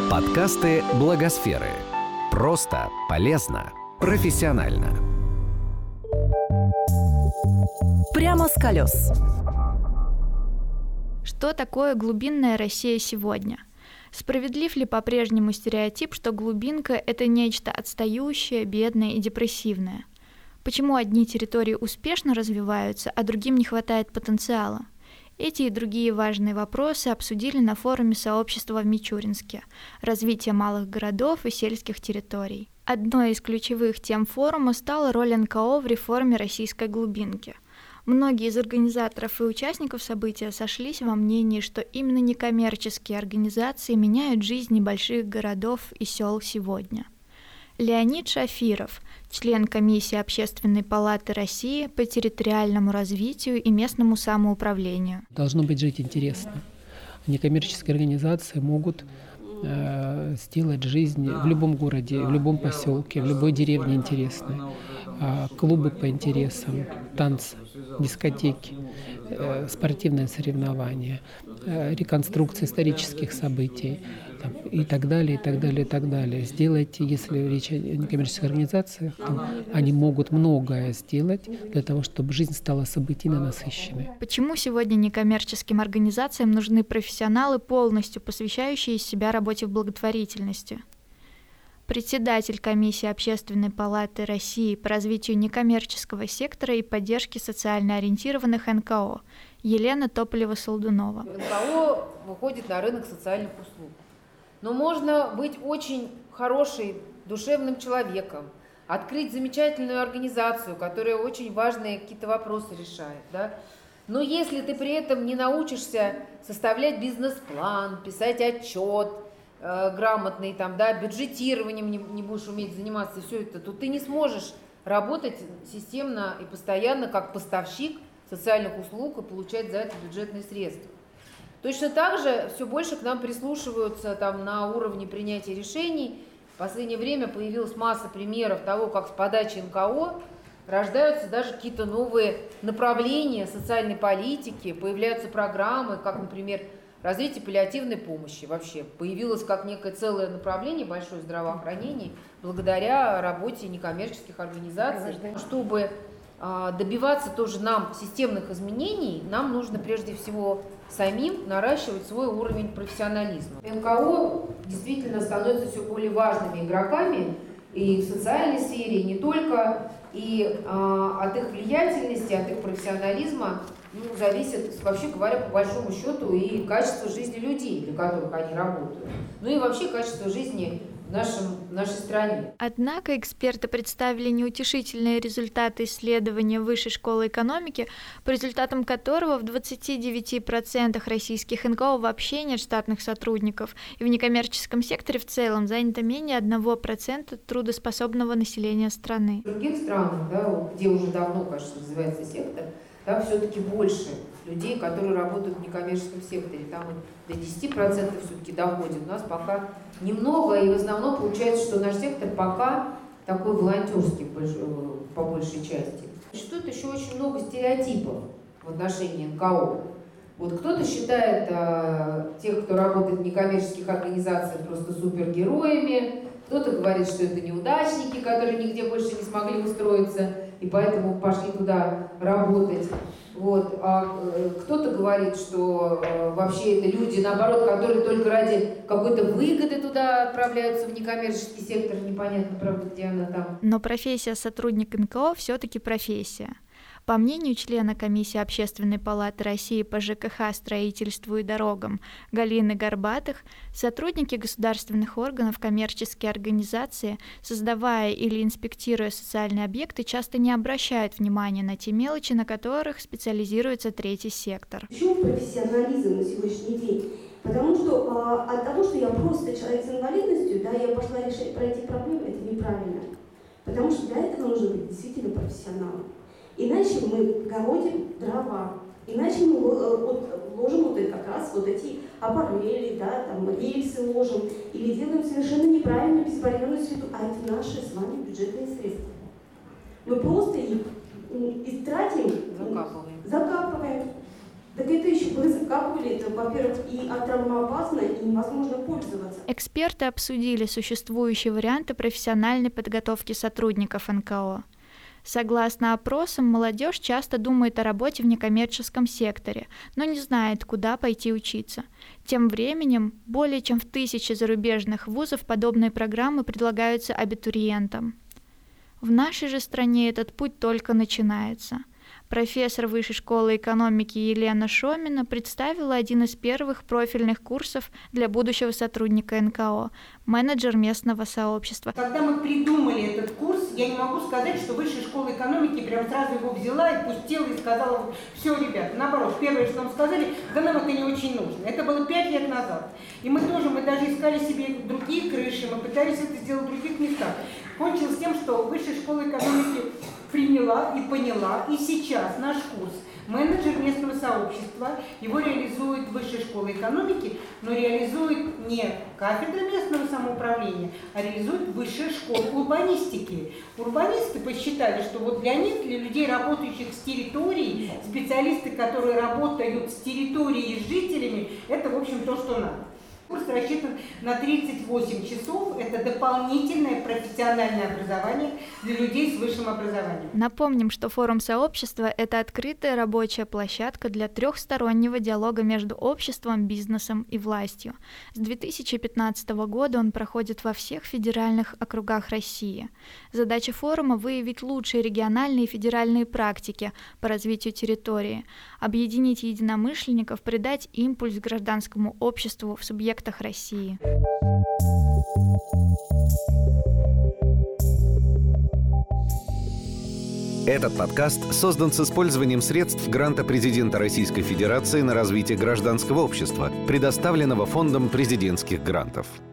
Подкасты Благосферы. Просто, полезно, профессионально. Прямо с колес. Что такое глубинная Россия сегодня? Справедлив ли по-прежнему стереотип, что глубинка – это нечто отстающее, бедное и депрессивное? Почему одни территории успешно развиваются, а другим не хватает потенциала? Эти и другие важные вопросы обсудили на форуме сообщества в Мичуринске «Развитие малых городов и сельских территорий». Одной из ключевых тем форума стала роль НКО в реформе российской глубинки. Многие из организаторов и участников события сошлись во мнении, что именно некоммерческие организации меняют жизнь небольших городов и сел сегодня. Леонид Шафиров, член комиссии Общественной палаты России по территориальному развитию и местному самоуправлению. Должно быть жить интересно. Некоммерческие организации могут сделать жизнь в любом городе, в любом поселке, в любой деревне интересной. Клубы по интересам, танцы, дискотеки, спортивные соревнования, реконструкция исторических событий и так далее, и так далее, и так далее. Сделайте, если речь о некоммерческих организациях, то они могут многое сделать для того, чтобы жизнь стала событийно насыщенной. Почему сегодня некоммерческим организациям нужны профессионалы, полностью посвящающие себя работе в благотворительности? Председатель комиссии Общественной палаты России по развитию некоммерческого сектора и поддержке социально ориентированных НКО Елена Тополева-Солдунова. НКО выходит на рынок социальных услуг. Но можно быть очень хорошим, душевным человеком, открыть замечательную организацию, которая очень важные какие-то вопросы решает. Да? Но если ты при этом не научишься составлять бизнес-план, писать отчет, грамотный, бюджетированием не будешь уметь заниматься, все это, то ты не сможешь работать системно и постоянно как поставщик социальных услуг и получать за это бюджетные средства. Точно так же все больше к нам прислушиваются на уровне принятия решений. В последнее время появилась масса примеров того, как с подачи НКО рождаются даже какие-то новые направления социальной политики, появляются программы, как, например, развитие паллиативной помощи вообще появилось как некое целое направление большое здравоохранения благодаря работе некоммерческих организаций. Чтобы добиваться тоже нам системных изменений, нам нужно прежде всего самим наращивать свой уровень профессионализма. НКО действительно становятся все более важными игроками и в социальной сфере, и не только. И от их влиятельности, от их профессионализма зависит, вообще говоря, по большому счету и качество жизни людей, для которых они работают. И вообще качество жизни в нашей стране. Однако эксперты представили неутешительные результаты исследования Высшей школы экономики, по результатам которого в 29% российских НКО вообще нет штатных сотрудников, и в некоммерческом секторе в целом занято менее 1% трудоспособного населения страны. В других странах, где уже давно, кажется, развивается сектор, там все-таки больше людей, которые работают в некоммерческом секторе. Там до 10% все-таки доходит. У нас пока немного, и в основном получается, что наш сектор пока такой волонтерский по большей части. Существует еще очень много стереотипов в отношении НКО. Кто-то считает тех, кто работает в некоммерческих организациях, просто супергероями, кто-то говорит, что это неудачники, которые нигде больше не смогли устроиться, и поэтому пошли туда работать. А кто-то говорит, что вообще это люди, наоборот, которые только ради какой-то выгоды туда отправляются в некоммерческий сектор, непонятно, правда, где она там. Но профессия сотрудник НКО все-таки профессия. По мнению члена комиссии Общественной палаты России по ЖКХ, строительству и дорогам Галины Горбатых, сотрудники государственных органов, коммерческие организации, создавая или инспектируя социальные объекты, часто не обращают внимания на те мелочи, на которых специализируется третий сектор. Почему профессионализм на сегодняшний день? Потому что от того, что я просто человек с инвалидностью, я пошла решать про эти проблемы, это неправильно. Потому что для этого нужно быть действительно профессионалом. Иначе мы городим дрова, иначе мы ложим как раз эти аппарели, рельсы ложим, или делаем совершенно неправильно безбарьерную среду, а это наши с вами бюджетные средства. Мы просто их истратим, закапываем. Так это еще бы закапывали, это, во-первых, и травмоопасно, и невозможно пользоваться. Эксперты обсудили существующие варианты профессиональной подготовки сотрудников НКО. Согласно опросам, молодежь часто думает о работе в некоммерческом секторе, но не знает, куда пойти учиться. Тем временем, более чем в 1000 зарубежных вузов подобные программы предлагаются абитуриентам. В нашей же стране этот путь только начинается. Профессор Высшей школы экономики Елена Шомина представила один из первых профильных курсов для будущего сотрудника НКО – менеджер местного сообщества. Когда мы придумали этот курс, я не могу сказать, что Высшая школа экономики прям сразу его взяла и пустила и сказала: все, ребята, наоборот, первое, что нам сказали, да нам это не очень нужно. Это было 5 лет назад. И мы даже искали себе другие крыши, мы пытались это сделать в других местах. Кончилось тем, что Высшая школа экономики приняла и поняла, и сейчас наш курс «Менеджер местного сообщества», его реализует Высшая школа экономики, но реализует не кафедра местного самоуправления, а реализует Высшая школа урбанистики. Урбанисты посчитали, что вот для них, для людей, работающих с территорией, специалисты, которые работают с территорией и с жителями, это, в общем, то, что надо. Курс рассчитан на 38 часов. Это дополнительное профессиональное образование для людей с высшим образованием. Напомним, что форум сообщества – это открытая рабочая площадка для трехстороннего диалога между обществом, бизнесом и властью. С 2015 года он проходит во всех федеральных округах России. Задача форума – выявить лучшие региональные и федеральные практики по развитию территории, объединить единомышленников, придать импульс гражданскому обществу в субъектах России. Этот подкаст создан с использованием средств гранта президента Российской Федерации на развитие гражданского общества, предоставленного Фондом президентских грантов.